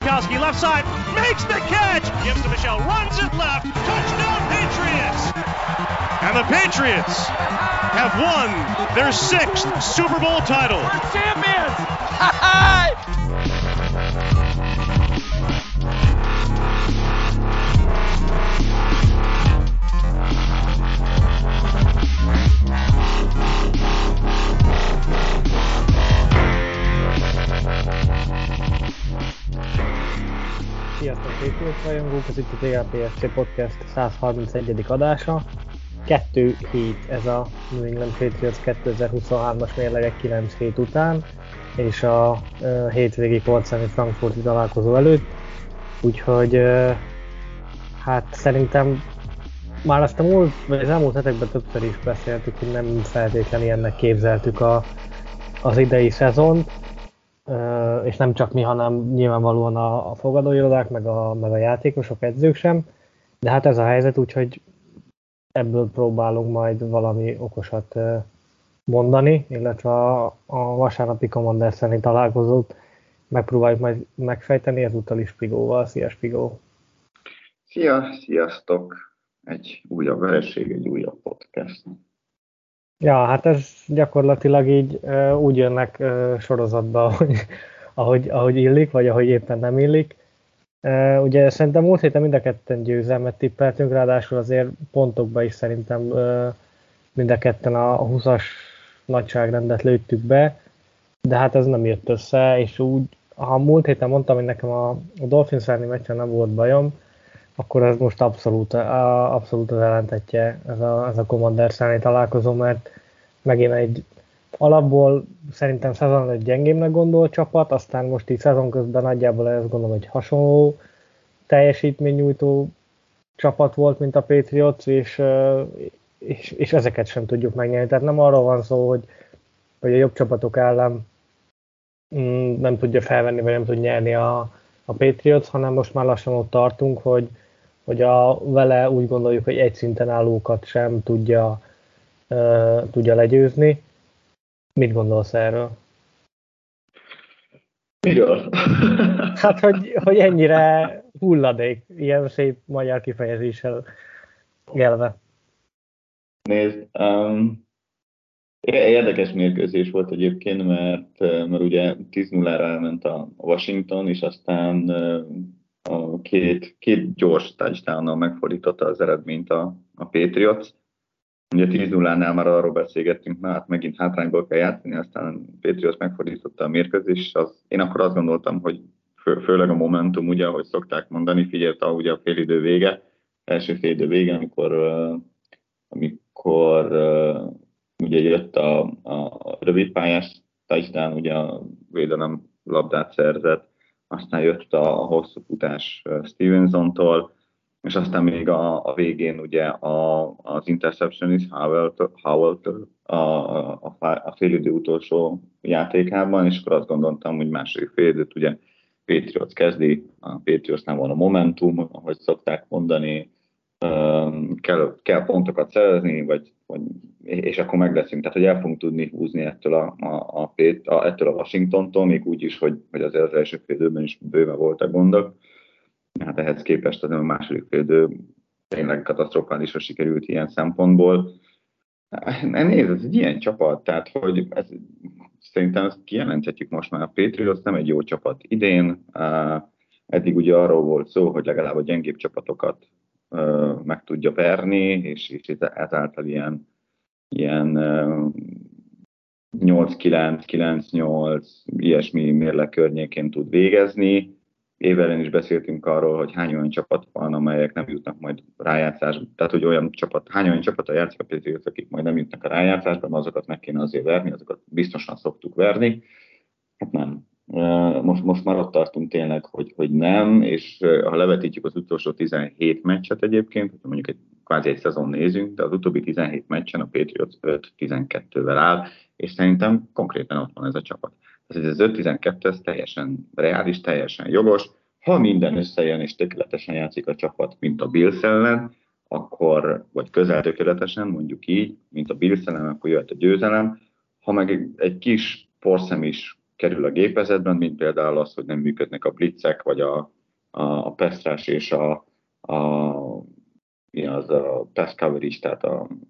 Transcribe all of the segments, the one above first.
Gronkowski left side, makes the catch, gives to Michel, runs it left, touchdown Patriots! And the Patriots have won their 6th Super Bowl title. We're champions! Sziasztok, Patriots rajongók! Ez itt a TLPSC Podcast 131. adása. 2 hét ez a New England Patriots 2023-as mérlegek 9 hét után, és a hétvégi Colts-elleni frankfurti találkozó előtt. Úgyhogy hát szerintem már azt az elmúlt hetekben többször is beszéltük, hogy nem feltétlenül ilyennek képzeltük az idei szezont. És nem csak mi, hanem nyilvánvalóan a fogadóirodák, meg a játékosok, edzők sem. De hát ez a helyzet, úgyhogy ebből próbálunk majd valami okosat mondani, illetve a vasárnapi Commanders elleni találkozót megpróbáljuk majd megfejteni, ezúttal is Spigóval. Szia, Spigó! Sziasztok! Egy újabb vereség, egy újabb podcast. Ja, hát ez gyakorlatilag így úgy jönnek sorozatba, ahogy illik, vagy ahogy éppen nem illik. Ugye szerintem múlt héten mind a ketten győzelmet tippeltünk, ráadásul azért pontokba is szerintem mind a ketten a 20-as nagyságrendet lőttük be, de hát ez nem jött össze, és úgy, ha múlt héten mondtam, hogy nekem a Dolphins elleni meccsen nem volt bajom, akkor ez most abszolút az ellentetje ez a Commanders elleni találkozó, mert megint egy alapból szerintem szezon egy gyengébbnek gondolt csapat, aztán most így szezon közben nagyjából ezt gondolom, hogy hasonló teljesítménynyújtó csapat volt, mint a Patriots, és ezeket sem tudjuk megnyerni. Tehát nem arról van szó, hogy a jobb csapatok ellen nem tudja felvenni, vagy nem tud nyerni a Patriots, hanem most már lassan ott tartunk, hogy vele úgy gondoljuk, hogy egy szinten állókat sem tudja legyőzni. Mit gondolsz erről? Miről? Hát, hogy ennyire hulladék, ilyen szép magyar kifejezéssel élve. Nézd, érdekes mérkőzés volt egyébként, mert ugye 10-0-ra elment a Washington, és aztán a két gyors touchdownnal megfordította az eredményt a Patriots. Ugye 10-0-nál már arról beszélgettünk, hát megint hátrányból kell játszani, aztán a Patriots megfordította a mérkőzést. Én akkor azt gondoltam, hogy főleg a momentum, ugye, ahogy szokták mondani, figyelte ugye a félidő vége, első félidő vége, amikor ugye jött a rövidpályás touchdown, ugye a védelem labdát szerzett, aztán jött a hosszú futás Stevensontól, és aztán még a végén ugye az interception is Howell-től a félidő utolsó játékában, és akkor azt gondoltam, hogy második félidőt ugye Patriots kezdi, a Patriotsnál van a momentum, ahogy szokták mondani, kell pontokat szerezni, és akkor megleszünk. Tehát, hogy el fogunk tudni húzni ettől ettől a Washingtontól, még úgy is, hogy azért az első fél időben is bőven voltak gondok. Hát ehhez képest az a második fél idő tényleg katasztrofálisra sikerült ilyen szempontból. Nézd, ez egy ilyen csapat, tehát hogy szerintem ezt kijelenthetjük most már, a Patriots nem egy jó csapat idén. Eddig ugye arról volt szó, hogy legalább a gyengébb csapatokat meg tudja verni, és ezáltal ilyen 8-9, 9-8, ilyesmi mérleg környékén tud végezni. Évelen is beszéltünk arról, hogy hány olyan csapat van, amelyek nem jutnak majd rájátszásba. Tehát, hogy hány olyan csapata játszik a Patriots, akik majd nem jutnak a rájátszásba, mert azokat meg kéne azért verni, azokat biztosan szoktuk verni. Hát nem. Most már ott tartunk tényleg, hogy nem, és ha levetítjük az utolsó 17 meccset egyébként, mondjuk kvázi egy szezon nézünk, de az utóbbi 17 meccsen a Patriots 5-12-vel áll, és szerintem konkrétan ott van ez a csapat. Tehát ez az 5-12, ez teljesen reális, teljesen jogos. Ha minden összejön és tökéletesen játszik a csapat, mint a Bills ellen, akkor, vagy közel tökéletesen, mondjuk így, mint a Bills ellen, akkor jöhet a győzelem. Ha meg egy kis porszem is kerül a gépezetben, mint például az, hogy nem működnek a blitzek, vagy a pass és a pass coverage, tehát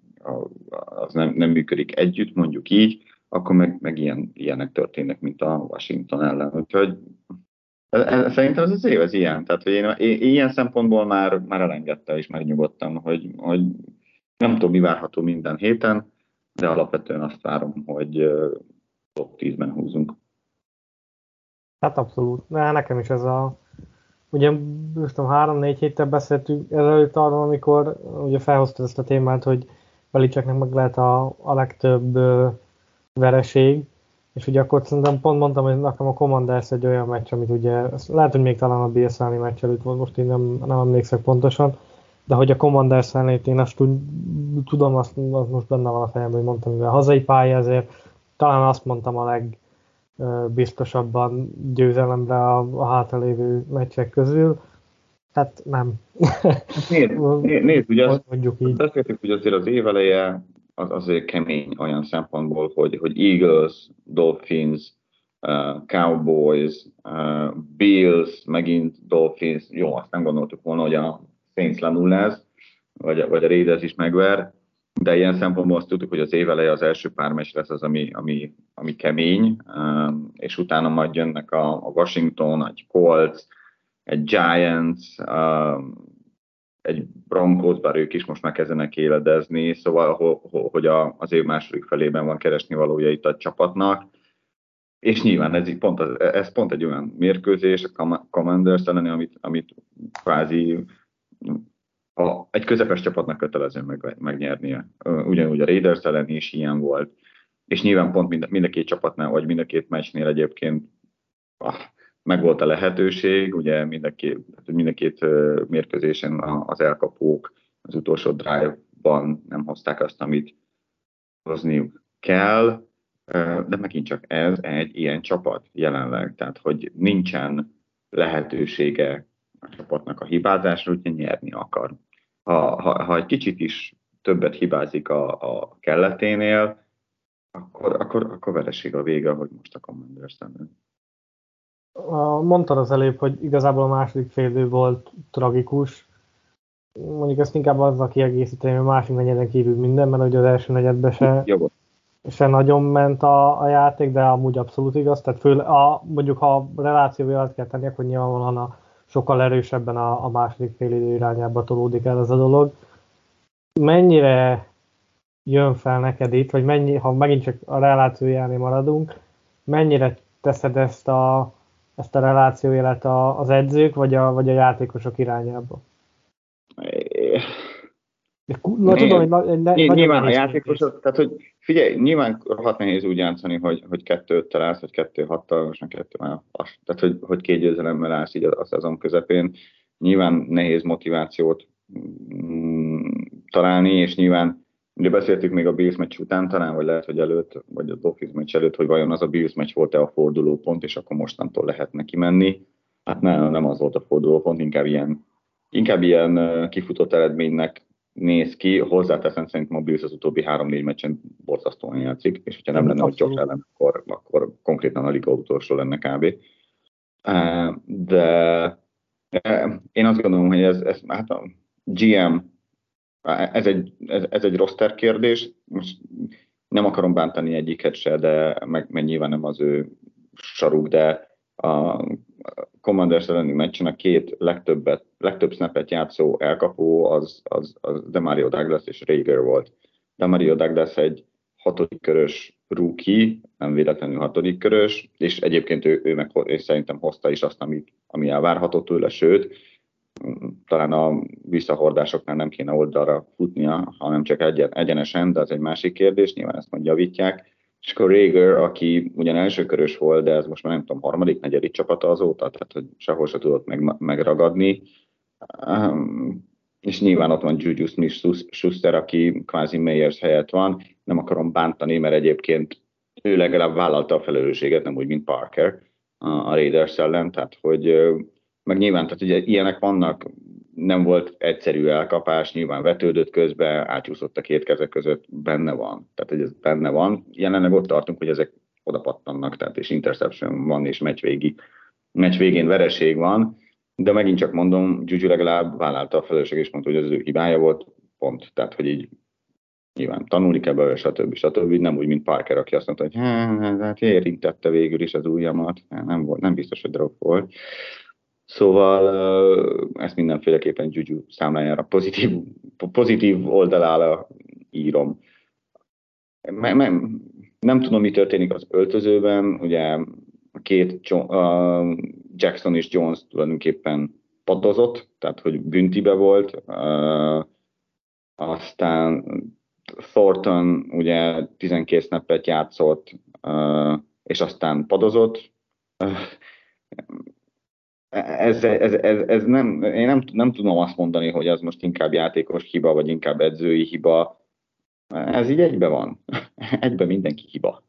az nem működik együtt, mondjuk így, akkor meg ilyenek történnek, mint a Washington ellen. Úgyhogy szerintem ez az év az ilyen. Tehát, hogy én ilyen szempontból már elengedte és megnyugodtam, hogy nem tudom, mi várható minden héten, de alapvetően azt várom, hogy top 10-ben húzunk. Hát abszolút. Nekem is ez ugye most 3-4 héttel beszéltünk ezelőtt arról, amikor ugye felhoztad ezt a témát, hogy Belichicknek meg lehet a legtöbb vereség, és ugye akkor szerintem pont mondtam, hogy nekem a Commanders egy olyan meccs, amit ugye, lehet, hogy még talán a Bills elleni meccs előtt volt, most én nem emlékszek pontosan, de hogy a Commanders ellen én azt tudom, azt most benne van a fejemben, hogy mondtam, hogy a hazai pálya, ezért talán azt mondtam a legbiztosabban győzelemre a hátralévő meccsek közül. Hát nem. Nézd, ugye mondjuk így. Beszéltük, hogy azért az év eleje az azért kemény olyan szempontból, hogy Eagles, Dolphins, Cowboys, Bills, megint Dolphins, jó, azt nem gondoltuk volna, hogy a Saints lenulláz, vagy a Raiders is megver, de ilyen szempontból azt tudtuk, hogy az év eleje az első pár meccs lesz az, ami kemény, és utána majd jönnek a Washington, egy Colts, egy Giants, egy Broncos, bár ők is most már kezdenek éledezni, szóval hogy az év második felében van keresni valója itt a csapatnak, és nyilván ez pont egy olyan mérkőzés, a Commanders elleni, amit kvázi egy közepes csapatnak kötelező megnyernie. Ugyanúgy a Raiders ellen is ilyen volt, és nyilván pont mind a két csapatnál, vagy mind a két meccsnél egyébként megvolt a lehetőség, ugye mind a két mérkőzésen az elkapók az utolsó drive-ban nem hozták azt, amit hozniuk kell, de megint csak ez egy ilyen csapat jelenleg, tehát hogy nincsen lehetősége a csapatnak a hibázásra, úgyhogy nyerni akar. Ha egy kicsit is többet hibázik a kelleténél, akkor vereség a vége, hogy most a Commanders ellen. Mondtad az előbb, hogy igazából a második félidő volt tragikus. Mondjuk ezt inkább azzal kiegészíteni, hogy a másik negyeden kívül minden, mert ugye az első negyedben se nagyon ment a játék, de amúgy abszolút igaz. Tehát mondjuk ha a relációval kell tenni, akkor nyilvánvalóan sokkal erősebben a második félidő irányába tolódik el ez a dolog. Mennyire jön fel neked itt, vagy ha megint csak a relációjánál maradunk, mennyire teszed ezt a relációjelet az edzők, vagy a játékosok irányába? Tudom, hogy nyilván a játékosok, tehát hogy figyelj, nyilván rohadt nehéz úgy játszani, hogy 2-5-tel állsz, vagy 2-6-tal, most már 2 már, tehát hogy 2 győzelemmel állsz így a szezon közepén. Nyilván nehéz motivációt találni, és nyilván ugye beszéltük még a Bills meccs után talán, vagy lehet, hogy előtt, vagy a Dolphins meccs előtt, hogy vajon az a Bills meccs volt-e a fordulópont, és akkor mostantól lehet neki menni. Hát nem az volt a fordulópont, inkább ilyen kifutott eredménynek néz ki. Hozzáteszem, szerintem a Bills az utóbbi 3-4 meccsen borzasztóan játszik, és hogyha nem lenne a Josh Allen, akkor konkrétan a liga utolsó lenne kb. De én azt gondolom, hogy ez hát a GM, ez egy roster kérdés. Most nem akarom bántani egyiket se, de meg nyilván nem az ő saruk, de a Commanders elleni meccsen a két legtöbb snappet játszó elkapó az Demario Douglas és Reagor volt. Demario Douglas egy 6. körös rookie, nem véletlenül 6. körös, és egyébként ő meg és szerintem hozta is azt, ami elvárható tőle, sőt, talán a visszahordásoknál nem kéne oldalra futnia, hanem csak egyenesen, de az egy másik kérdés, nyilván ezt majd javítják. És akkor Reagor, aki ugyan elsőkörös volt, de ez most már nem tudom, 3., 4. csapata azóta, tehát hogy sehol se tudott megragadni. És nyilván ott van Juju Smith-Schuster, aki kvázi Meyers helyett van. Nem akarom bántani, mert egyébként ő legalább vállalta a felelősséget, nem úgy, mint Parker a Raiders ellen, tehát hogy meg nyilván, tehát ugye ilyenek vannak, nem volt egyszerű elkapás, nyilván vetődött közbe, átjúszott a két kezek között, benne van. Tehát, hogy ez benne van. Jelenleg ott tartunk, hogy ezek oda pattannak, tehát és interception van, és meccs végén vereség van, de megint csak mondom, Juju legalább vállalta a felelősség, és mondta, hogy az ő hibája volt, pont. Tehát, hogy így nyilván tanulni kell belőle, stb. Nem úgy, mint Parker, aki azt mondta, hogy hát érintette végül is az ujjamat, nem biztos, hogy drop volt. Szóval ezt mindenféleképpen Juju számlájára pozitív oldalára írom. Nem tudom, mi történik az öltözőben, ugye a két Jackson és Jones tulajdonképpen padozott, tehát hogy büntibe volt, aztán Thornton ugye 12 snappet játszott, és aztán padozott. Ez nem, én nem tudom azt mondani, hogy az most inkább játékos hiba, vagy inkább edzői hiba. Ez így egybe van. Egybe mindenki hiba.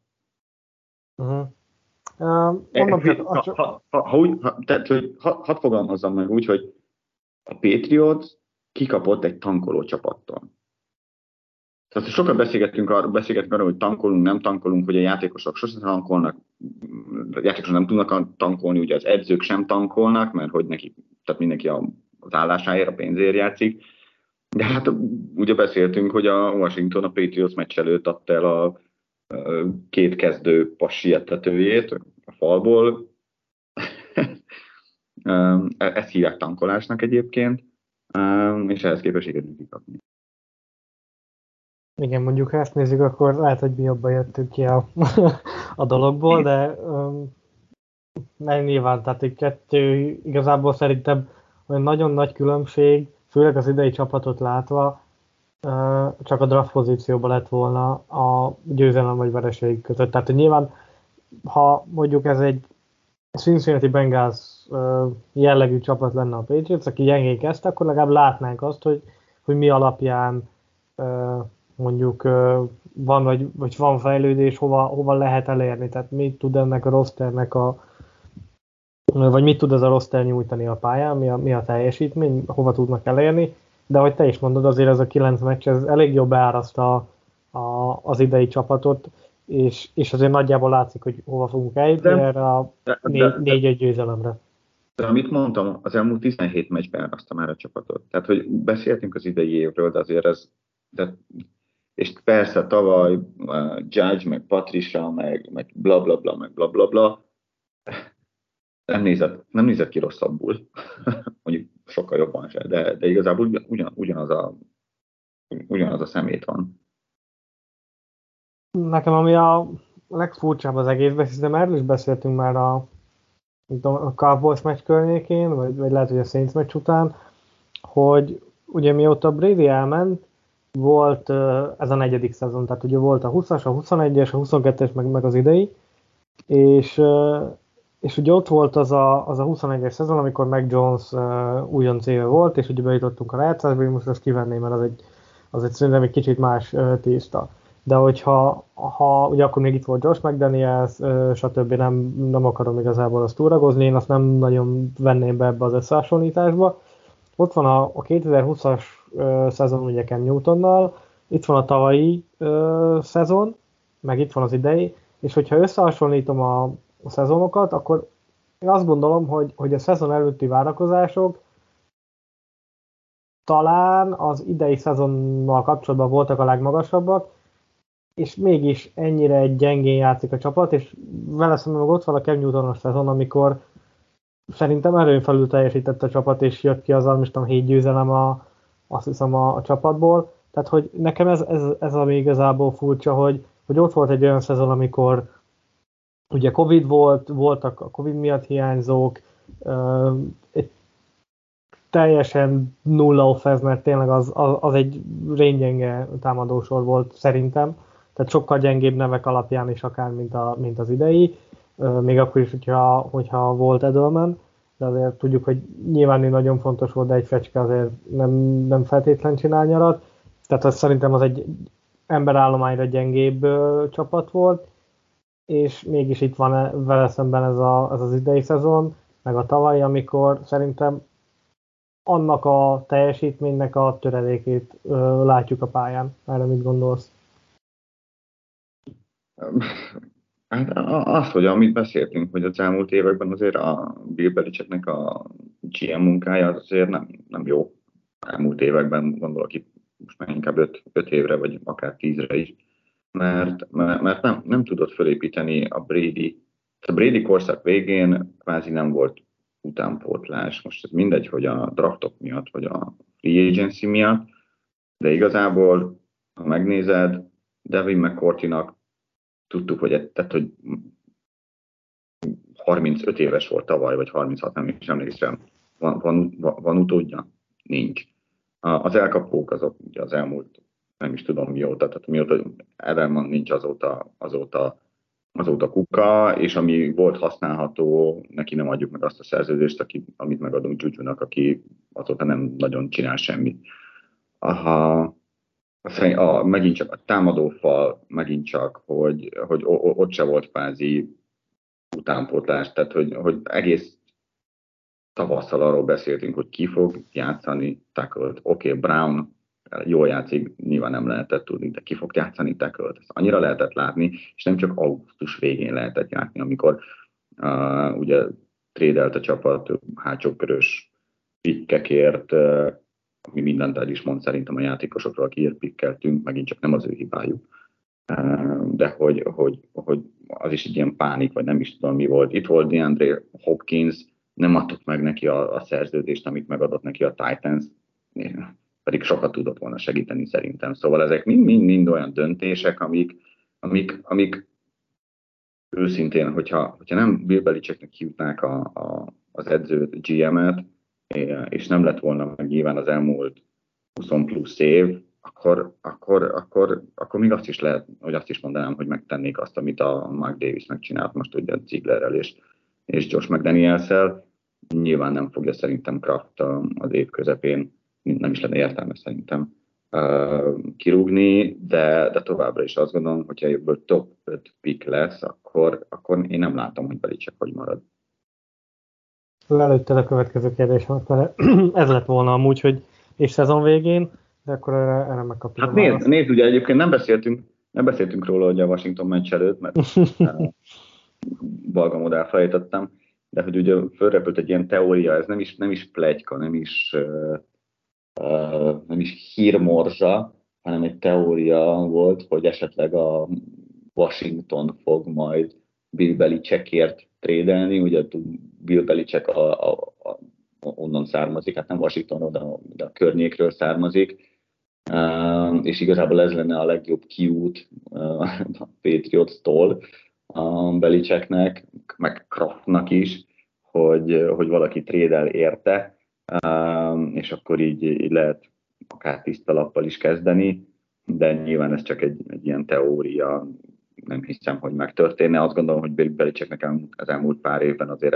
Hadd fogalmazzam meg úgy, hogy a Patriots kikapott egy tankoló csapattól. Tehát sokat beszélgetünk arról, hogy tankolunk, nem tankolunk, hogy a játékosok sosem tankolnak, a játékosok nem tudnak tankolni, ugye az edzők sem tankolnak, mert hogy tehát mindenki az állásáért, a pénzért játszik. De hát ugye beszéltünk, hogy a Washington a Patriots meccs előtt adta el a két kezdő passz siettetőjét a falból. Ezt hívják tankolásnak egyébként, és ehhez képest sikerült kikapni. Igen, mondjuk ha ezt nézzük, akkor lehet, hogy mi jobban jöttünk ki a dologból, de nyilván, tehát egy kettő igazából szerintem olyan nagyon nagy különbség, főleg az idei csapatot látva, csak a draft pozícióban lett volna a győzelem vagy vereség között. Tehát hogy nyilván, ha mondjuk ez egy Cincinnati Bengals jellegű csapat lenne a Patriots, aki gyengén kezdte, akkor legalább látnánk azt, hogy mi alapján mondjuk van vagy van fejlődés, hova lehet elérni, tehát mit tud ennek a rosternek vagy mit tud ez a roster nyújtani a pályán, mi a teljesítmény, hova tudnak elérni, de ahogy te is mondod, azért ez a 9 meccs, ez elég jobb beáraszta az idei csapatot, és azért nagyjából látszik, hogy hova fogunk eljutni erre a 4-1 győzelemre. De amit mondtam, az elmúlt 17 meccsben beáraszta már a csapatot. Tehát, hogy beszéltünk az idei évről, de azért ez... És persze tavaly Judge, meg Patricia, meg bla bla bla, meg bla bla bla, nem nézett ki rosszabbul. Mondjuk sokkal jobban se, de igazából ugyanaz a szemét van. Nekem ami a legfurcsább az egészben, hiszen erről is beszéltünk már a Cowboys meccs környékén, vagy lehet, hogy a Saints meccs után, hogy ugye mióta Brady elment, volt ez a 4. szezon, tehát ugye volt a 20-as, a 21-es, a 22-es, meg az idei, és ugye ott volt az a 21-es szezon, amikor Mac Jones újonc éve volt, és ugye bejutottunk a rájátszásba, most azt kivenném, mert az egy szerintem egy kicsit más tészta. De hogyha ugye akkor még itt volt Josh McDaniels, stb. Nem akarom igazából azt túragozni, én azt nem nagyon venném be ebbe az összehasonlításba. Ott van a 2020-as szezon ugye Cam Newtonnal, itt van a tavalyi szezon, meg itt van az idei, és hogyha összehasonlítom a szezonokat, akkor én azt gondolom, hogy a szezon előtti várakozások talán az idei szezonnal kapcsolatban voltak a legmagasabbak, és mégis ennyire gyengén játszik a csapat, és vele szemben meg ott van a Cam Newtonos szezon, amikor szerintem erőn felül teljesített a csapat, és jött ki az, 7 győzelem azt hiszem a csapatból. Tehát, hogy nekem ez ami igazából furcsa, hogy ott volt egy olyan szezon, amikor ugye Covid voltak a Covid miatt hiányzók, egy teljesen nulla offense, mert tényleg az egy rénygyenge támadósor volt szerintem. Tehát sokkal gyengébb nevek alapján is akár, mint az idei. Még akkor is, hogyha volt Edelman, de azért tudjuk, hogy nyilván nagyon fontos volt, de egy fecske azért nem feltétlen csinál nyarat. Tehát szerintem az egy emberállományra gyengébb csapat volt, és mégis itt van vele szemben ez az idei szezon, meg a tavaly, amikor szerintem annak a teljesítménynek a töredékét látjuk a pályán. Erre mit gondolsz? Hát az, hogy amit beszéltünk, hogy az elmúlt években azért a Bill Belichicknek a GM munkája az azért nem jó. Elmúlt években gondolok itt most már inkább 5 évre, vagy akár 10-re is, mert nem tudott felépíteni a Brady korszak végén kvázi nem volt utánpótlás. Most ez mindegy, hogy a draftok miatt, vagy a free agency miatt, de igazából, ha megnézed, Devin McCourtynak tudtuk, hogy 35 éves volt tavaly, vagy 36, nem is emlékszem. Van utódja? Nincs. Az elkapók azok ugye az elmúlt, nem is tudom mióta, tehát mióta Edelman nincs azóta kuka, és ami volt használható, neki nem adjuk meg azt a szerződést, amit megadunk Jujunak, aki azóta nem nagyon csinál semmit. Megint csak a támadófal, megint csak, hogy ott se volt kvázi utánpótlás, tehát hogy egész tavasszal arról beszéltünk, hogy ki fog játszani tackle-t. Oké, Brown jól játszik, nyilván nem lehetett tudni, de ki fog játszani tackle-t. Ezt annyira lehetett látni, és nem csak augusztus végén lehetett látni, amikor ugye trédelt a csapat hátsókörös pikkekért, ami mindent el is mond szerintem a játékosokról, akiért pikkeltünk, megint csak nem az ő hibájuk. De hogy az is egy ilyen pánik, vagy nem is tudom mi volt. Itt volt DeAndre Hopkins, nem adtuk meg neki a szerződést, amit megadott neki a Titans, pedig sokat tudott volna segíteni szerintem. Szóval ezek mind olyan döntések, amik őszintén, hogyha nem Bill Belichicknek hívnák az edzőt, GM-et, és nem lett volna meg nyilván az elmúlt 20 plusz év, akkor még azt is lehet, hogy azt is mondanám, hogy megtennék azt, amit a Mark Davis megcsinált most ugye Zieglerrel és Josh McDaniels-szel. Nyilván nem fogja szerintem Kraft az év közepén, nem is lenne értelme szerintem kirúgni, de továbbra is azt gondolom, hogyha ebből top 5 pick lesz, akkor én nem látom, hogy Belichick hogy marad. Lelőtted a következő kérdésemet, mert ez lett volna amúgy, hogy és szezon végén, de akkor erre megkapjuk. Hát nézd, ugye egyébként nem beszéltünk róla, hogy a Washington meccs előtt, mert balgamod elfelejtettem, de hogy ugye fölrepült egy ilyen teória, ez nem is pletyka, nem is hírmorzsa, hanem egy teória volt, hogy esetleg a Washington fog majd Bill Belichickért trédelni, ugye Bill Belichick onnan származik, hát nem Washingtonról, de a környékről származik, és igazából ez lenne a legjobb kiút a Patriots-tól a Belichicknek, meg Kraftnak is, hogy valaki trédel érte, és akkor így lehet akár tiszta lappal is kezdeni, de nyilván ez csak egy ilyen teória, nem hiszem, hogy megtörténne. Azt gondolom, hogy Bill Belichicknek az elmúlt pár évben azért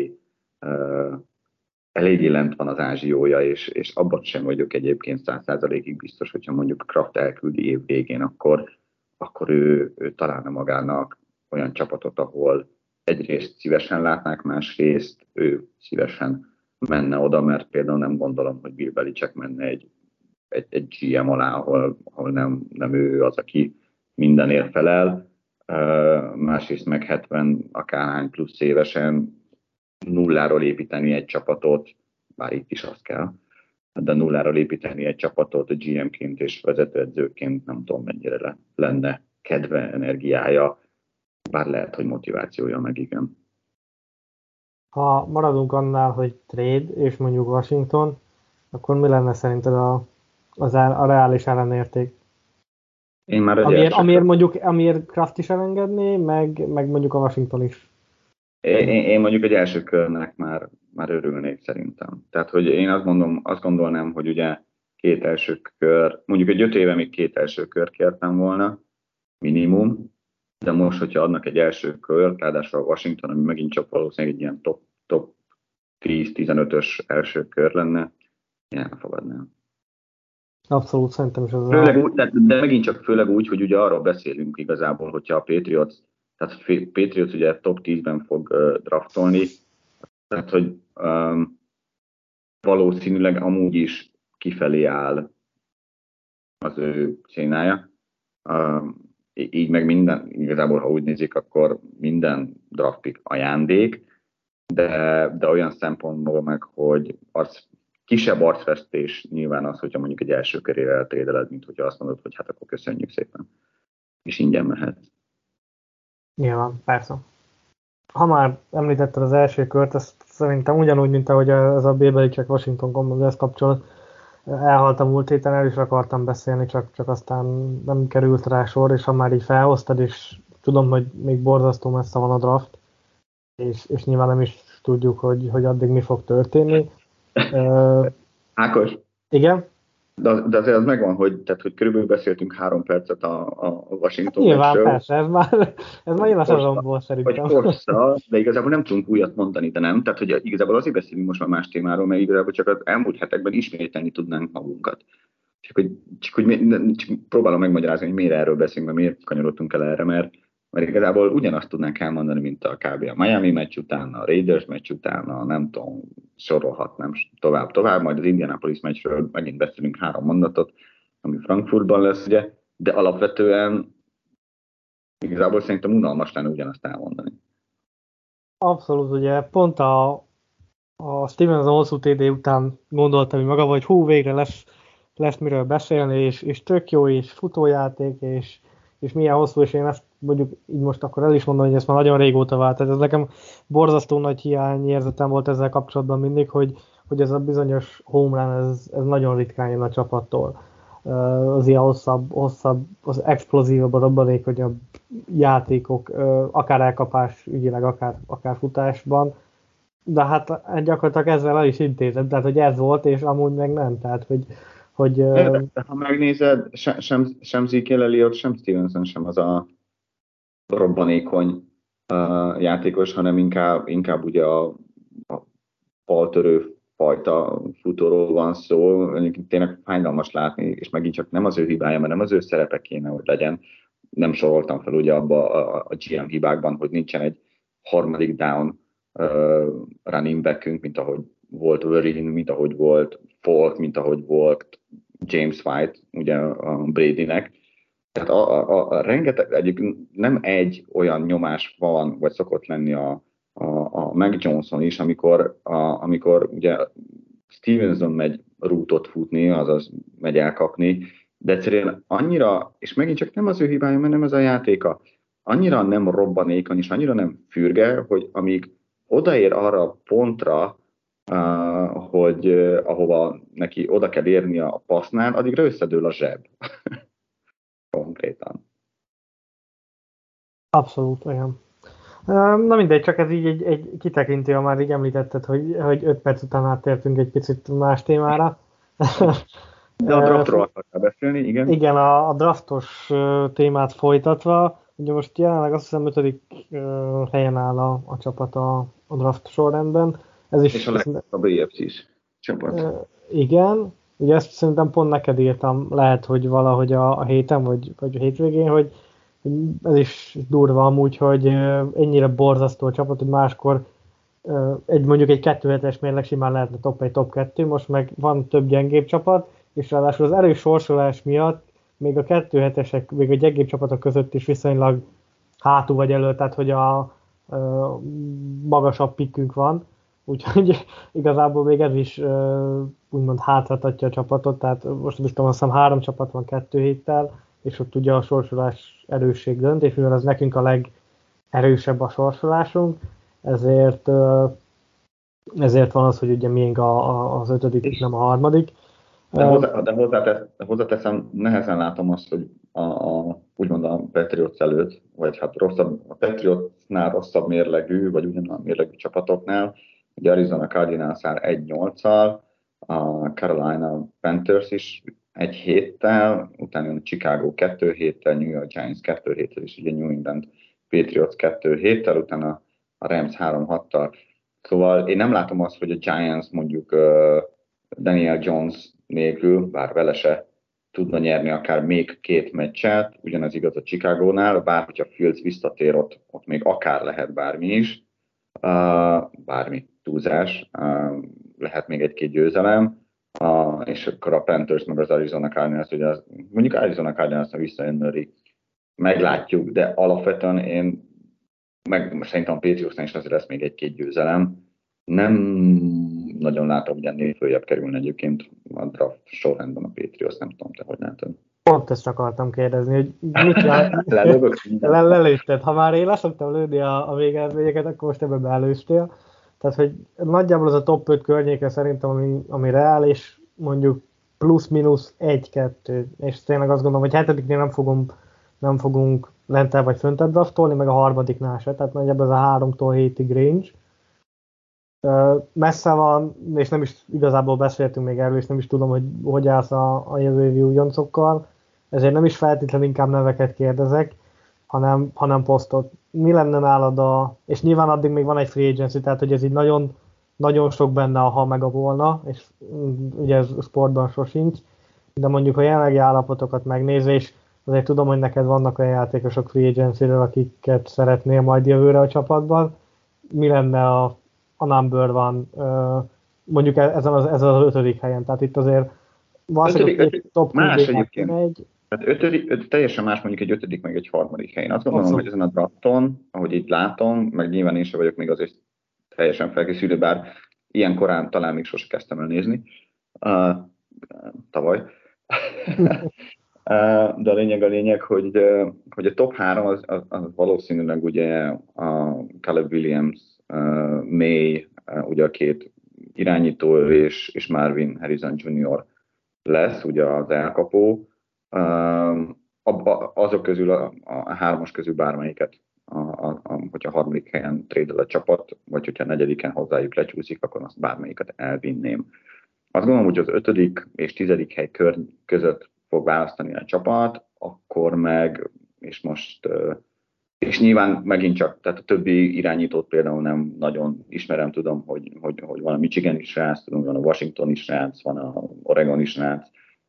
eléggé lent van az ázsiója, és abban sem vagyok egyébként 100%-ig biztos, hogyha mondjuk Kraft elküldi év végén, akkor ő találna magának olyan csapatot, ahol egyrészt szívesen látnák, másrészt ő szívesen menne oda, mert például nem gondolom, hogy Bill Belichick menne egy GM alá, ahol nem ő az, aki mindenért felel. Másrészt meg 70 akárhány plusz évesen nulláról építeni egy csapatot, bár itt is az kell, de nulláról építeni egy csapatot GM-ként és vezetőedzőként nem tudom mennyire lenne kedve, energiája, bár lehet, hogy motivációja meg igen. Ha maradunk annál, hogy trade és mondjuk Washington, akkor mi lenne szerinted a reális ellenérték? Én már amiért Kraft is elengedné, meg mondjuk a Washington is. Én mondjuk egy első körnek már örülnék szerintem. Tehát, hogy én azt gondolnám, hogy ugye 2 első kör, mondjuk egy 5 éve még 2 első kör kértem volna, minimum, de most, hogyha adnak egy első kör, ráadásul a Washington, ami megint csak valószínűleg egy ilyen top 10-15-ös első kör lenne, én elfogadnám. Abszolút, szerintem is az. De megint csak főleg úgy, hogy ugye arról beszélünk igazából, hogyha a Patriots ugye top 10-ben fog draftolni, tehát hogy valószínűleg amúgy is kifelé áll az ő szénája. így meg minden, igazából ha úgy nézik, akkor minden draft pick ajándék, de olyan szempontból meg, hogy kisebb arcvesztés nyilván az, hogyha mondjuk egy első körére eltrédeled, mint hogyha azt mondod, hogy hát akkor köszönjük szépen, és ingyen mehet. Nyilván, persze. Ha már említetted az első kört, ezt szerintem ugyanúgy, mint ahogy ez a Belichick Washington Commanders kapcsolat elhalt a múlt héten, el is akartam beszélni, csak aztán nem került rá sor, és ha már így felhoztad, és tudom, hogy még borzasztó messze van a draft, és nyilván nem is tudjuk, hogy addig mi fog történni. Ákos? Igen? De azért az megvan, hogy körülbelül beszéltünk 3 percet a Washington nyilván, meccsről. Persze, ez már jön a szezonból szerintem. De igazából nem tudunk újat mondani, de nem. Tehát, hogy igazából azért beszélünk most már más témáról, mert igazából csak az elmúlt hetekben ismételni tudnánk magunkat. Csak próbálom megmagyarázni, hogy miért erről beszélünk, mert miért kanyarodtunk el erre, mert igazából ugyanazt tudnánk elmondani, mint a kb. A Miami meccs után, a Raiders meccs után, nem tudom, sorolhatnám tovább, majd az Indianapolis meccsről megint beszélünk 3 mondatot, ami Frankfurtban lesz, ugye, de alapvetően igazából szerintem unalmas lenne ugyanazt elmondani. Abszolút, ugye pont a Stevenson hosszú TD után gondoltam, hogy maga, hogy végre lesz miről beszélni, és tök jó, és futójáték, és milyen hosszú, és én ezt mondjuk így most akkor el is mondom, hogy ezt már nagyon régóta vált. Tehát ez nekem borzasztó nagy hiányérzetem volt ezzel kapcsolatban mindig, hogy ez a bizonyos home run, ez nagyon ritkán jön a csapattól. Az ilyen hosszabb, az explozívabb, a robbanékonyabb játékok, akár elkapás ügyileg, akár futásban. De hát gyakorlatilag ezzel el is intézem, tehát hogy ez volt, és amúgy meg nem. Tehát, de ha megnézed, sem Zeke Elliott, sem Stevenson sem az a robbanékony játékos, hanem inkább ugye a faltörő fajta futóról van szó. Tényleg fájdalmas látni, és megint csak nem az ő hibája, mert nem az ő szerepe kéne, hogy legyen. Nem soroltam fel ugye abba a GM hibákban, hogy nincsen egy harmadik down running backünk, mint ahogy volt Vereen, mint ahogy volt Falk, mint ahogy volt James White, ugye a Bradynek. Tehát a rengeteg, egyébként nem egy olyan nyomás van, vagy szokott lenni a Mac Johnson is, amikor ugye Stevenson megy rútot futni, azaz megy elkapni, de egyszerűen annyira, és megint csak nem az ő hibája, mert nem ez a játéka, annyira nem robbanékony, és annyira nem fürge, hogy amíg odaér arra a pontra, hogy ahova neki oda kell érni a passznál, addigra összedől a zseb. Konkrétan. Abszolút, olyan. Na mindegy, csak ez így egy kitekintő, ha már így említetted, hogy 5 perc után áttértünk egy picit más témára. De a draftról akartál beszélni, igen? Igen, a draftos témát folytatva, ugye most jelenleg azt hiszem 5. helyen áll a csapat a draft sorrendben. És a legjobb AFC-s csapat. Igen, ugye ezt szerintem pont neked írtam, lehet, hogy valahogy a héten, vagy a hétvégén, hogy ez is durva amúgy, hogy ennyire borzasztó a csapat, hogy máskor mondjuk egy 2-7-es mérleg simán lehetne top 1, top 2, most meg van több gyengébb csapat, és ráadásul az erős sorsolás miatt még a 2-7-esek, még a gyengébb csapatok között is viszonylag hátul vagy elő, tehát hogy a magasabb pikkünk van, úgyhogy igazából még ez is úgymond hátratatja a csapatot, tehát most is tudom, azt hiszem 3 csapat van 2 héttel, és ott ugye a sorsolás erősség dönt, és mivel az nekünk a legerősebb a sorsolásunk, ezért van az, hogy ugye miénk az 5., nem a 3. De hozzáteszem, nehezen látom azt, hogy úgymond a Patriots előtt, vagy hát a Patriotsnál rosszabb mérlegű, vagy ugyanolyan mérlegű csapatoknál, ugye Arizona Cardinals áll 1-8-al, a Carolina Panthers is 1 héttel, utána jön a Chicago 2 héttel, New York Giants 2 héttel, és ugye New England Patriots 2 héttel, utána a Rams 3-6-tal. Szóval én nem látom azt, hogy a Giants mondjuk Daniel Jones nélkül, bár vele se tudna nyerni akár még 2 meccset, ugyanez igaz a Chicagónál, bár hogyha Fields visszatér, ott még akár lehet bármi is, bármi túlzás, lehet még 1-2 győzelem, és akkor a Panthers meg az Arizona Cardinals, ugye mondjuk Arizona Cardinals-ra visszajön Murray, meglátjuk, de alapvetően én meg szerintem a Patriotsnál is azért lesz még egy-két győzelem. Nem nagyon látom, hogy ennél följebb kerülne egyébként a draft sorrendben a Patriots, nem tudom, te hogy látod. Pont ezt akartam kérdezni, hogy mit lelőtted. Ha már én leszoktam lőni a végeredményeket, akkor most ebben beelőztél. Tehát, hogy nagyjából az a top 5 környéke szerintem, ami reál, és mondjuk plusz-minusz 1-2. És tényleg azt gondolom, hogy 7-nél nem fogunk lentebb vagy föntebb draftolni, meg a harmadiknál se. Tehát nagyjából ez a 3-tól 7-ig range. Messze van, és nem is igazából beszéltünk még erről, és nem is tudom, hogy állsz a jövő évi újoncokkal. Ezért nem is feltétlenül inkább neveket kérdezek, hanem posztot. Mi lenne nálad és nyilván addig még van egy free agency, tehát hogy ez így nagyon, nagyon sok benne a ha meg a volna, és ugye ez sportban sosincs, de mondjuk a jelenlegi állapotokat megnézve, és azért tudom, hogy neked vannak olyan játékosok free agency-ről, akiket szeretnél majd jövőre a csapatban. Mi lenne a number van, mondjuk ezen az 5. helyen, tehát itt azért valószínűleg top más egyébként. Tehát teljesen más mondjuk egy 5. meg egy 3. helyen. Azt gondolom, hogy ezen a drafton, ahogy itt látom, meg nyilván én sem vagyok még azért teljesen felkészülő, bár ilyen korán talán még sose kezdtem el nézni. Tavaly. De a lényeg, hogy a top 3 az valószínűleg ugye a Caleb Williams, May, ugye a 2 irányító és Marvin Harrison Jr. lesz, ugye az elkapó. Azok közül, a 3-as közül bármelyiket, hogyha a 3. helyen trédel a csapat, vagy hogyha a 4. hozzájuk lecsúszik, akkor azt bármelyiket elvinném. Azt gondolom, hogy az 5. és 10. hely között fog választani a csapat, akkor meg, és nyilván megint csak, tehát a többi irányítót például nem nagyon ismerem, tudom, hogy van a Michigan is srác, tudom, van a Washington is srác, van a Oregon is srác,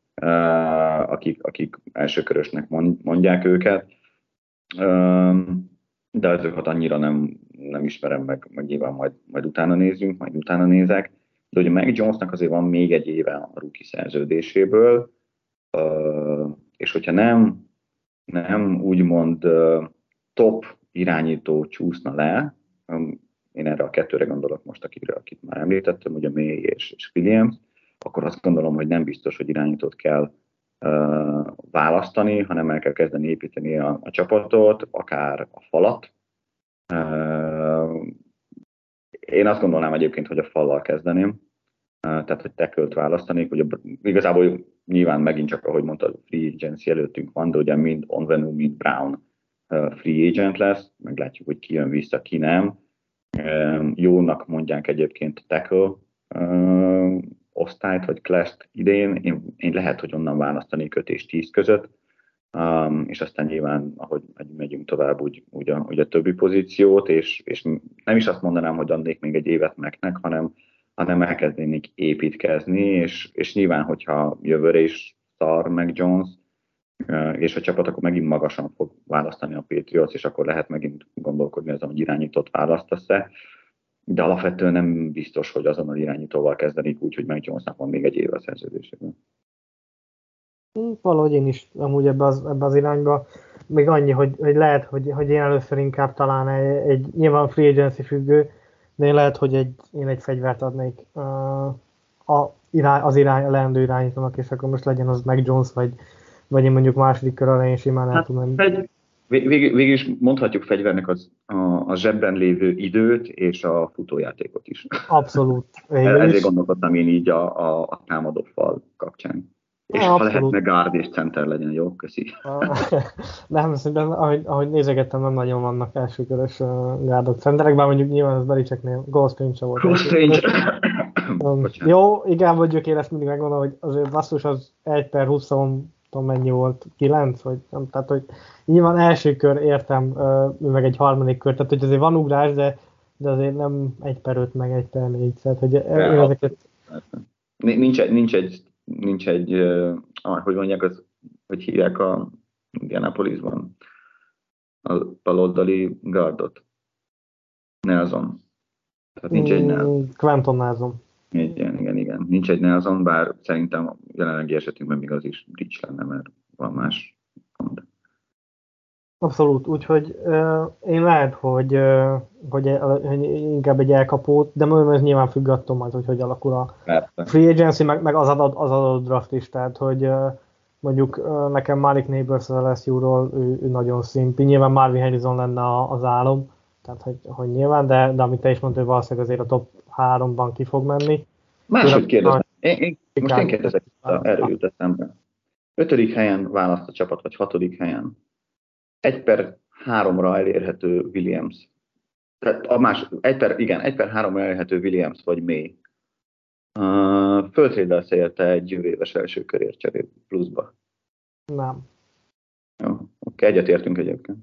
akik elsőkörösnek mondják őket, de azokat annyira nem ismerem meg nyilván majd utána nézünk, majd utána nézek. De ugye Mac Jonesnak azért van még egy éve a rookie szerződéséből, és hogyha nem úgymond top irányító csúszna le, én erre a 2-re gondolok most, akit már említettem, ugye May és Williams, akkor azt gondolom, hogy nem biztos, hogy irányítót kell választani, hanem el kell kezdeni építeni a csapatot, akár a falat. Én azt gondolnám egyébként, hogy a fallal kezdeném, tehát hogy tackle-t választanék, ugye igazából nyilván megint csak, ahogy mondtad, free agency előttünk van, de ugye mind Onwenu, mind Brown free agent lesz, meglátjuk, hogy ki jön vissza, ki nem. Jónak mondják egyébként tackle osztályt, vagy class-t idén, én lehet, hogy onnan választanék 5 és 10 között, és aztán nyilván, ahogy megyünk tovább, úgy a többi pozíciót, és nem is azt mondanám, hogy adnék még egy évet Macnek, hanem elkezdenék építkezni, és nyilván, hogyha jövőre is szar Mac Jones, és a csapat akkor megint magasan fog választani a Patriots, és akkor lehet megint gondolkodni azon, hogy irányítót választasz-e, de alapvetően nem biztos, hogy azon az irányítóval kezdenék úgy, hogy Mac Jonesnak van még egy éve a szerződésében. Valahogy én is amúgy ebbe az irányba. Még annyi, hogy lehet, hogy én először inkább talán egy nyilván free agency függő, de én lehet, hogy én egy fegyvert adnék a leendő irányítónak, és akkor most legyen az Mac Jones, vagy én mondjuk második kör elején simán el tudom. Végül is mondhatjuk fegyvernek a zsebben lévő időt és a futójátékot is. Abszolút. Ezért gondolkodtam én így a támadó fal kapcsán. És ha lehetne guard és center legyen, jó? Köszi. Nem, szerintem, ahogy nézegettem, nem nagyon vannak elsőkörös guardok, centerek, bár mondjuk nyilván az Belichicknél Gold Strange sem volt. Gold Strange. Jó, igen, mondjuk én ezt mindig megmondom, hogy azért basszus az 1/20, tudom mennyi volt, 9, vagy nem, tehát hogy nyilván első kör értem, meg egy harmadik kör, tehát hogy azért van ugrás, de azért nem 1/5, meg 1/4, tehát hogy én ezeket... Nincs egy, hogy mondják, hogy hívják a Indianapolisban a baloldali guardot. Nelson. Tehát nincs egy Nelson. Quenton Nelson. Igen. Nincs egy Nelson, bár szerintem jelenlegi esetünkben még az is Rich lenne, mert van más gond. Abszolút, úgyhogy én lehet, hogy inkább egy elkapót, de mondom, ez nyilván függ attól majd, hogy alakul a free agency, meg az adott draft is, tehát hogy mondjuk nekem Malik Neighbors az LSU-ról ő nagyon szimpi, nyilván Marvin Harrison lenne az álom, tehát hogy nyilván, de amit te is mondtad, hogy valószínűleg azért a top 3-ban ki fog menni. Máshogy kérdezem, most én kérdezek, erről jut eszembe. 5. helyen választ a csapat, vagy 6. helyen. 1/3-ra elérhető Williams. Tehát 1/3-ra elérhető Williams vagy May. Föltrédelsz érte egy jövő éves első körércserét pluszba. Nem. Jó, oké, egyetértünk egyébként.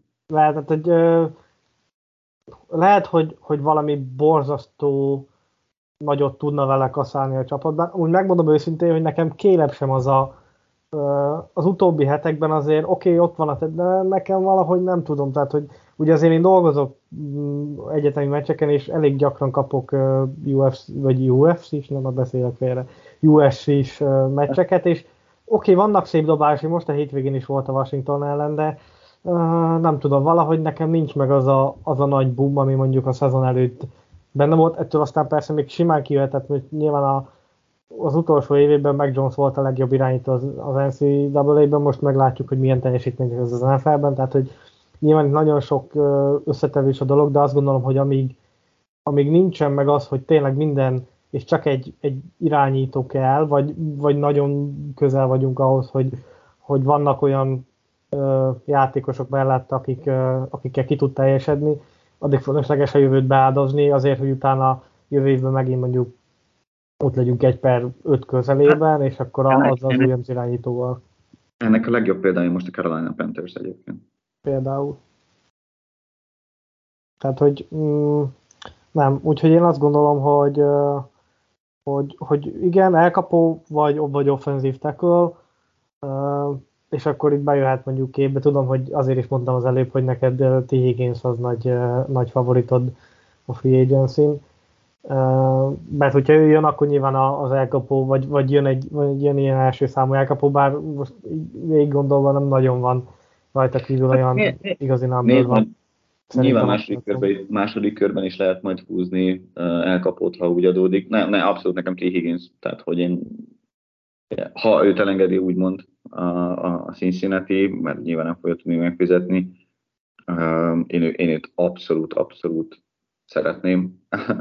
Lehet, hogy valami borzasztó nagyot tudna vele kaszálni a csapatban. Úgy megmondom őszintén, hogy nekem Caleb sem az utóbbi hetekben azért ott van, de nekem valahogy nem tudom, tehát hogy ugye azért én dolgozok egyetemi meccseken, és elég gyakran kapok UFC-s, nem a beszélek félre, UFC-s meccseket, és vannak szép dobások, most a hétvégén is volt a Washington ellen, de nem tudom, valahogy nekem nincs meg az a nagy boom, ami mondjuk a szezon előtt benne volt, ettől aztán persze még simán kijöhetett, hogy nyilván az utolsó évében Mac Jones volt a legjobb irányító az NCAA-ben, most meglátjuk, hogy milyen teljesítmény ez az NFL-ben, tehát hogy nyilván nagyon sok összetevés a dolog, de azt gondolom, hogy amíg nincsen meg az, hogy tényleg minden, és csak egy irányító kell, vagy nagyon közel vagyunk ahhoz, hogy vannak olyan játékosok mellett, akikkel ki tud teljesedni, addig fölösleges a jövőt beáldozni, azért, hogy utána jövő évben megint mondjuk ott legyünk 1/5 közelében, és akkor az Williams irányítóval. Ennek a legjobb példája most a Carolina Panthers egyébként. Például. Tehát, hogy nem, úgyhogy én azt gondolom, hogy igen, elkapó vagy offenzív tackle, és akkor itt bejöhet mondjuk képbe. Tudom, hogy azért is mondtam az előbb, hogy neked T. Higgins az nagy favoritod a free agency-n. Mert hogyha ő jön, akkor nyilván az elkapó, vagy jön ilyen első számú elkapó, bár most végig gondolva nem nagyon van rajta kívül olyan igazi number van. Nyilván második körben is lehet majd húzni elkapót, ha úgy adódik. Ne, abszolút nekem T. Higgins, tehát hogy ha őt elengedi úgymond a Cincinnati, mert nyilván nem fogja tudni megfizetni, én őt abszolút szeretném.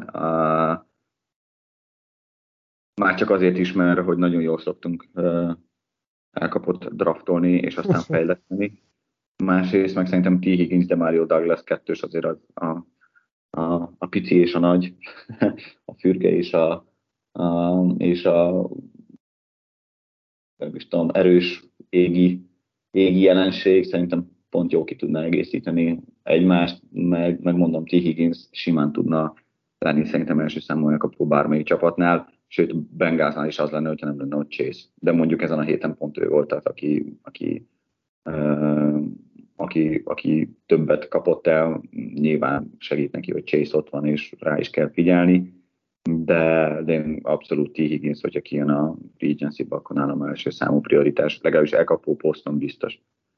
Már csak azért is, mert hogy nagyon jól szoktunk elkapott draftolni, és aztán fejleszteni. Másrészt meg szerintem T. Higgins, de Mario Douglas kettős azért a pici és a nagy, a fürge és a nem is tudom, erős égi jelenség, szerintem pont jó ki tudná egészíteni egymást, meg mondom, T. Higgins simán tudna lenni szerintem első számú elkapó bármelyik csapatnál, sőt Bengalsnál is az lenne, hogyha nem lenne ott Chase. De mondjuk ezen a héten pont ő volt, tehát aki többet kapott el, nyilván segít neki, hogy Chase ott van, és rá is kell figyelni, de én abszolút T. Higgins, hogyha kijön a free agency-ba, akkor nálam első számú prioritás, legalábbis elkapó poszton biztos.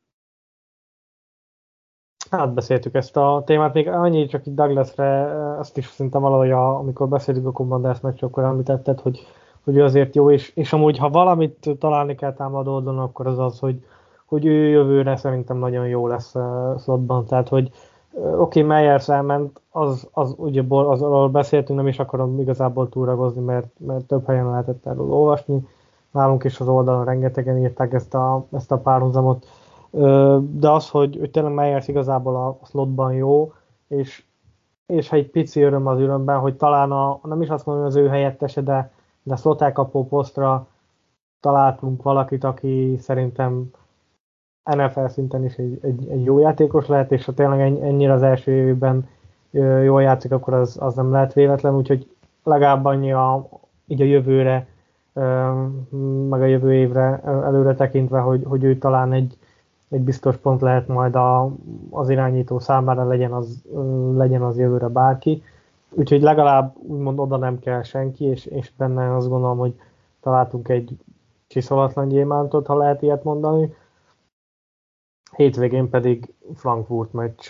Átbeszéltük ezt a témát, még annyi csak itt Douglasre, ezt is szerintem valahogy, amikor beszéltük a Commanders meccs, akkor említetted, hogy ő azért jó, és amúgy, ha valamit találni kell támadó oldalon, akkor az, hogy ő jövőre szerintem nagyon jó lesz slotban, tehát hogy Meyers elment, az ugye arról beszéltünk, nem is akarom igazából túragozni, mert több helyen lehetett erről olvasni, nálunk is az oldalon rengetegen írták ezt a párhuzamot, de az, hogy tényleg Meyers igazából a slotban jó, és egy pici öröm az örömben, hogy talán nem is azt mondom, hogy az ő helyettese, de slot elkapó posztra találtunk valakit, aki szerintem NFL szinten is egy jó játékos lehet, és ha tényleg ennyire az első évben jól játszik, akkor az nem lehet véletlen, úgyhogy legalább annyi így a jövőre, meg a jövő évre előre tekintve, hogy ő talán egy biztos pont lehet majd az irányító számára, legyen az jövőre bárki. Úgyhogy legalább úgymond oda nem kell senki, és benne azt gondolom, hogy találtunk egy csiszolatlan gyémántot, ha lehet ilyet mondani. hétvégén pedig Frankfurt meccs.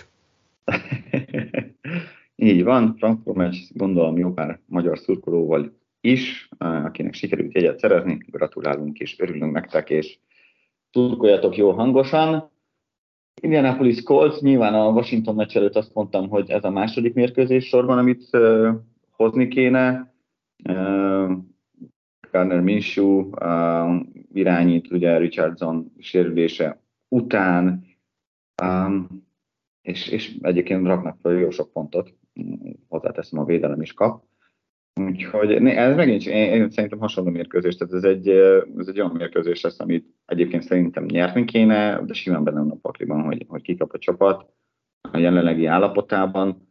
Így van, Frankfurt meccs, gondolom jó pár magyar szurkolóval is, akinek sikerült jegyet szerezni, gratulálunk és örülünk nektek, és szurkoljatok jó hangosan. Indianapolis Colts, nyilván a Washington meccs előtt azt mondtam, hogy ez a második mérkőzés sorban, amit hozni kéne. Gardner Minshew irányít, ugye Richardson sérülése után, és egyébként raknak fel jó sok pontot, hozzáteszem, a védelem is kap. Úgyhogy ez megint én szerintem hasonló mérkőzés, tehát ez egy olyan mérkőzés lesz, amit egyébként szerintem nyerni kéne, de simán benne van a pakliban, hogy kikap a csapat a jelenlegi állapotában.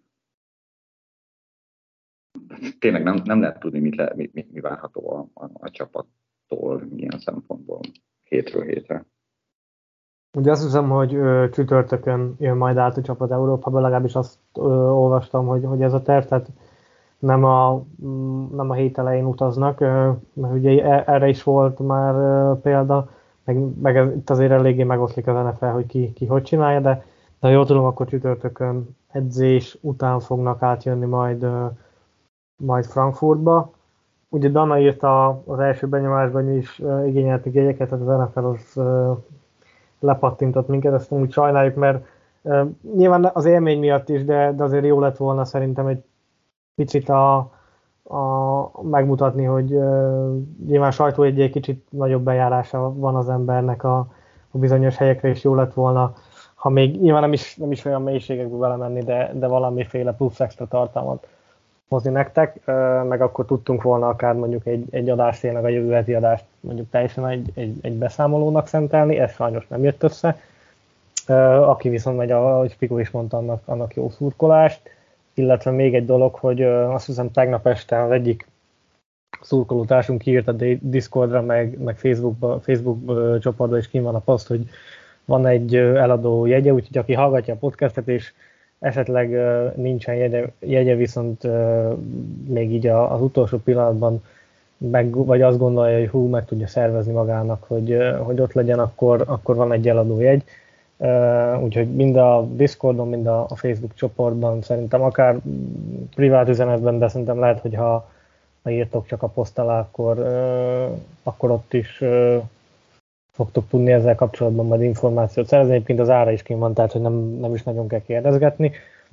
Tényleg nem lehet tudni, mi várható a csapattól ilyen szempontból hétről hétre. Ugye azt hiszem, hogy csütörtökön jön majd át a csapat Európába, legalábbis azt olvastam, hogy ez a terv, tehát nem a hét elején utaznak, mert ugye erre is volt már példa, meg itt azért eléggé megoszlik az NFL, hogy ki hogy csinálja, de ha jól tudom, akkor csütörtökön edzés után fognak átjönni majd Frankfurtba. Ugye Dana írta az első benyomásban, hogy is igényeltük jegyeket, tehát az NFL az lepattintott minket, ezt úgy sajnáljuk, mert nyilván az élmény miatt is, de azért jó lett volna szerintem egy picit megmutatni, hogy nyilván sajtójegyé egy kicsit nagyobb bejárása van az embernek a bizonyos helyekre, és jó lett volna, ha még nyilván nem is olyan mélységekbe belemenni, de valamiféle plusz extra tartalmat hozni nektek, meg akkor tudtunk volna akár mondjuk egy adást, tényleg a jövő heti adást mondjuk teljesen egy beszámolónak szentelni, ez sajnos nem jött össze. Aki viszont megy, ahogy Piko is mondta, annak jó szurkolást, illetve még egy dolog, hogy azt hiszem tegnap este az egyik szurkolótársunk kiírt a Discordra, meg Facebook csoportban is kint van a poszt, hogy van egy eladó jegye, úgyhogy aki hallgatja a podcastet és esetleg nincsen jegye, viszont még így az utolsó pillanatban vagy azt gondolja, hogy meg tudja szervezni magának, hogy ott legyen, akkor van egy eladó jegy. Úgyhogy mind a Discordon, mind a Facebook csoportban szerintem akár privát üzenetben, de szerintem lehet, hogy ha írtok csak a poszt alá, akkor ott is fogtok tudni ezzel kapcsolatban majd információt szerezni. Egyébként az ára is kint van, tehát hogy nem is nagyon kell kérdezgetni.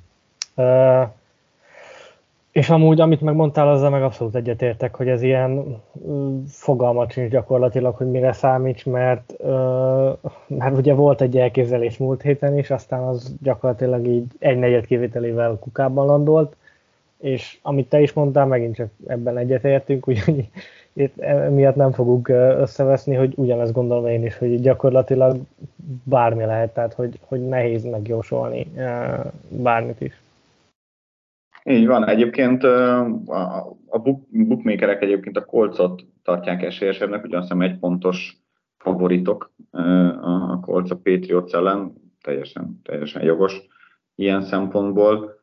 És amúgy, amit megmondtál, azzal meg abszolút egyetértek, hogy ez ilyen fogalmat sincs gyakorlatilag, hogy mire számíts, mert ugye volt egy elképzelés múlt héten is, aztán az gyakorlatilag így 1/4 kivételével kukában landolt, és amit te is mondtál, megint csak ebben egyetértünk, úgyhogy miatt nem fogunk összeveszni, hogy ugyanezt gondolom én is, hogy gyakorlatilag bármi lehet, tehát hogy nehéz megjósolni bármit is. Így van, egyébként a bookmakerek egyébként a Coltsot tartják esélyesebbnek, ugye azt hiszem 1 pontos favoritok a Colts a Patriots ellen, teljesen jogos ilyen szempontból.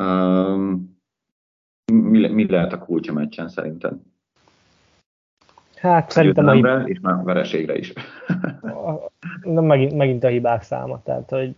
Mi lehet a kulcs a meccsen szerinted? Hát szerintem a hibák, és már vereségre is. megint a hibák száma, tehát hogy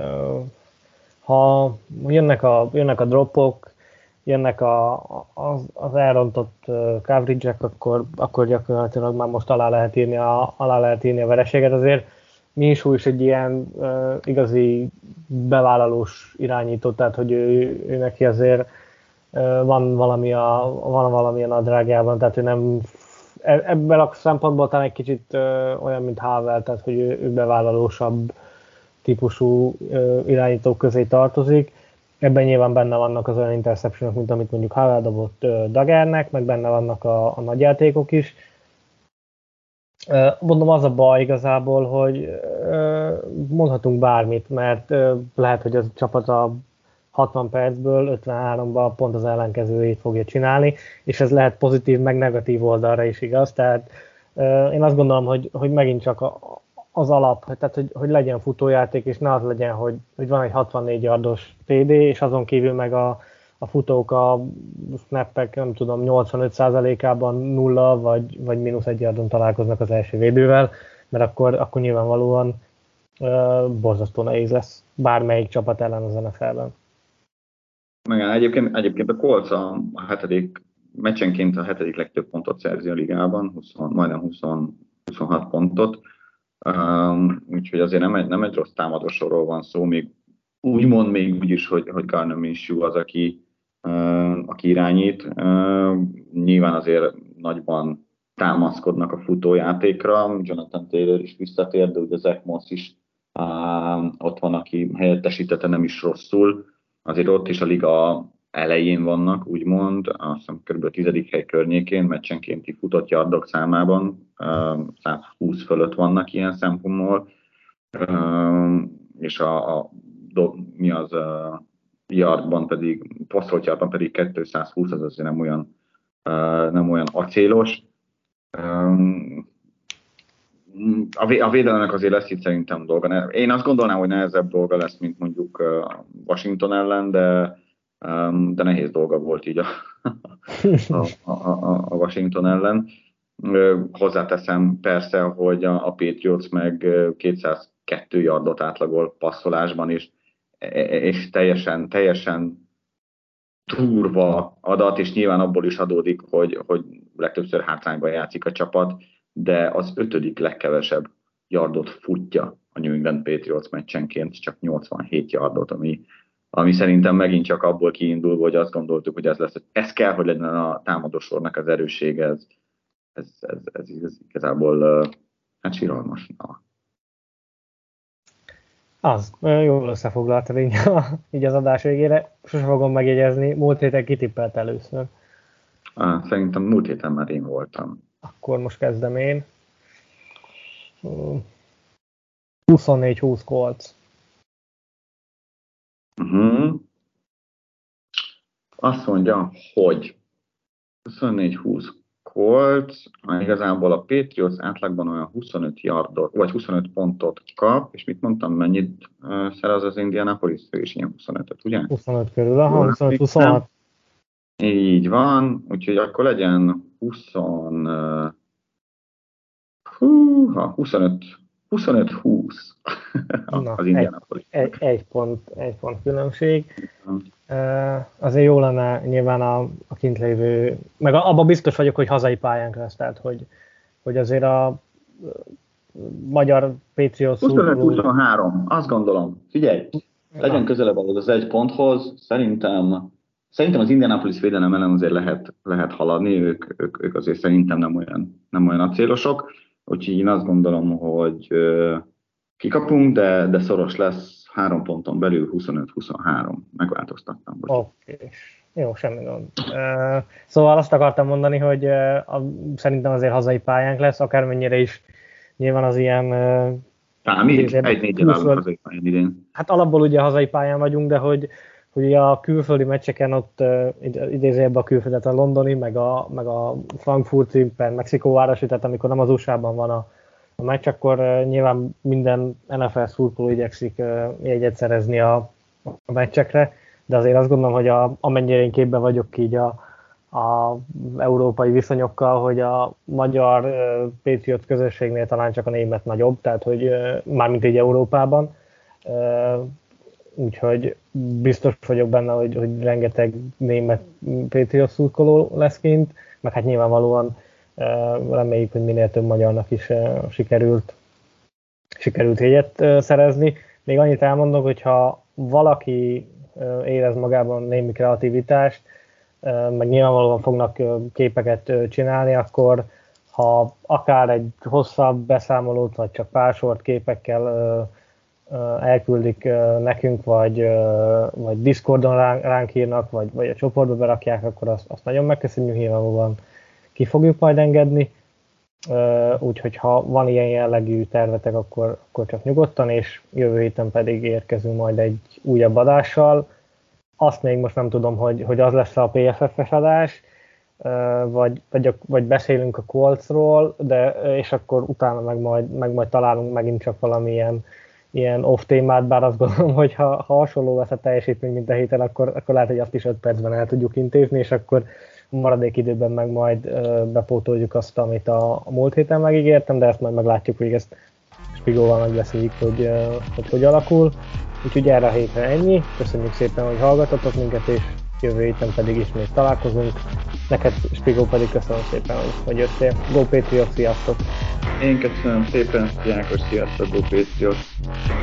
ha jönnek a dropok, jönnek az elrontott coverage-ek, akkor gyakorlatilag már most alá lehet írni a vereséget. Azért Minshew is egy ilyen igazi bevállalós irányító, tehát hogy ő neki azért van valami a nadrágjában, tehát ő nem ebben a szempontból talán egy kicsit olyan, mint Havel, tehát hogy ő bevállalósabb típusú irányítók közé tartozik. Ebben nyilván benne vannak az olyan interceptionok, mint amit mondjuk Havel dobott Dagernek, meg benne vannak a nagyjátékok is. Mondom, az a baj igazából, hogy mondhatunk bármit, mert lehet, hogy az a csapat a 60 percből 53-ban pont az ellenkezőjét fogja csinálni, és ez lehet pozitív, meg negatív oldalra is igaz. Tehát én azt gondolom, hogy megint csak az alap, tehát hogy legyen futójáték, és ne az legyen, hogy van egy 64 yardos TD, és azon kívül meg a futók a snappek, nem tudom, 85%-ában nulla, vagy -1 yardon találkoznak az első védővel, mert akkor nyilvánvalóan borzasztó nehéz lesz bármelyik csapat ellen az NFL-ben. Igen, egyébként a Colts a hetedik, meccsenként a hetedik legtöbb pontot szerzi a ligában, majdnem 26 pontot, úgyhogy azért nem egy rossz támadósorról van szó, még úgymond még úgy is, hogy Gardner Minshew az, aki irányít. Nyilván azért nagyban támaszkodnak a futójátékra, Jonathan Taylor is visszatért, de ugye Zach Moss is ott van, aki helyettesítette nem is rosszul. Azért ott is a liga elején vannak, úgymond, azt hiszem kb. 10. hely környékén, meccsenkénti futott yardok számában, 120 fölött vannak ilyen szempontból, és yardban pedig, passzolt yardban pedig 220, az azért nem olyan acélos. A védelemnek azért lesz itt szerintem dolga. Én azt gondolnám, hogy nehezebb dolga lesz, mint mondjuk Washington ellen, de nehéz dolga volt így a Washington ellen. Hozzáteszem persze, hogy a Patriots meg 202 yardot átlagol passzolásban is, és teljesen durva adat, és nyilván abból is adódik, hogy legtöbbször hátrányban játszik a csapat, de az 5. legkevesebb yardot futja a New England Patriots meccsenként, csak 87 yardot, ami szerintem megint csak abból kiindul, hogy azt gondoltuk, hogy ez kell, hogy legyen a támadósornak az erőssége, ez igazából hát siralmas. Az, jól összefoglaltad így az adás végére. Sose fogom megjegyezni, múlt héten kitippelt először. Szerintem múlt héten már én voltam. Akkor most kezdem én. 24-20 Colts. Azt mondja, hogy 24-20 Colts, igazából a Patriots átlagban olyan 25 yardot, vagy 25 pontot kap, és mit mondtam, mennyit szerez az Indianapolis? Ő is ilyen 25-öt, ugye? 25 körül, 25-26. Így van, úgyhogy akkor legyen 25-20 az Indianapolis. Egy pont különbség. Azért jó lenne nyilván a kint lévő, meg abban biztos vagyok, hogy hazai pályánk lesz, tehát hogy azért a magyar Patriots 25-23, azt gondolom. Figyelj, legyen közelebb az 1 ponthoz, szerintem az Indianapolis védelem ellen azért lehet haladni, ők azért szerintem nem olyan acélosok, úgyhogy én azt gondolom, hogy kikapunk, de szoros lesz, 3 ponton belül 25-23. Megváltoztattam. Oké. Jó, semmi gond. Szóval azt akartam mondani, hogy szerintem azért hazai pályánk lesz, akármennyire is nyilván az ilyen... Számít? 1-4-en állunk hazai pályán idén. Hát alapból ugye hazai pályán vagyunk, de hogy a külföldi meccseken ott idézőjelben a külföldet, a londoni, meg a frankfurti, per Mexikóvárosi, tehát amikor nem az USA-ban van a meccs, akkor nyilván minden NFL szurkoló igyekszik jegyet szerezni a meccsekre, de azért azt gondolom, hogy amennyire én képben vagyok így a európai viszonyokkal, hogy a magyar Patriots közösségnél talán csak a német nagyobb, tehát hogy mármint így Európában. Úgyhogy biztos vagyok benne, hogy rengeteg német Patriots szurkoló lesz kint, meg hát nyilvánvalóan reméljük, hogy minél több magyarnak is sikerült jegyet szerezni. Még annyit elmondok, hogyha valaki érez magában némi kreativitást, meg nyilvánvalóan fognak képeket csinálni, akkor ha akár egy hosszabb beszámolót, vagy csak pár sort képekkel elküldik nekünk, vagy Discordon ránk írnak, vagy a csoportba berakják, akkor azt nagyon megköszönjük, nyilvánvalóan ki fogjuk majd engedni. Úgyhogy ha van ilyen jellegű tervetek, akkor csak nyugodtan, és jövő héten pedig érkezünk majd egy újabb adással. Azt még most nem tudom, hogy az lesz a PFF-es adás, vagy beszélünk a Coltsról, és akkor utána meg majd találunk megint csak valamilyen ilyen off témát, bár azt gondolom, hogy ha hasonló lesz a teljesítmény, mint a héten, akkor lehet, hogy azt is 5 percben el tudjuk intézni, és akkor maradék időben meg majd bepótoljuk azt, amit a múlt héten megígértem, de ezt majd meglátjuk, hogy ezt Spigóval megbeszéljük, hogy alakul. Úgyhogy erre a hétre ennyi. Köszönjük szépen, hogy hallgatotok minket, és jövő héten pedig ismét találkozunk. Neked, Spigó, pedig köszönöm szépen, hogy jöttél. Go Patriots, sziasztok! Én köszönöm szépen, János, sziasztok, Go Patriots!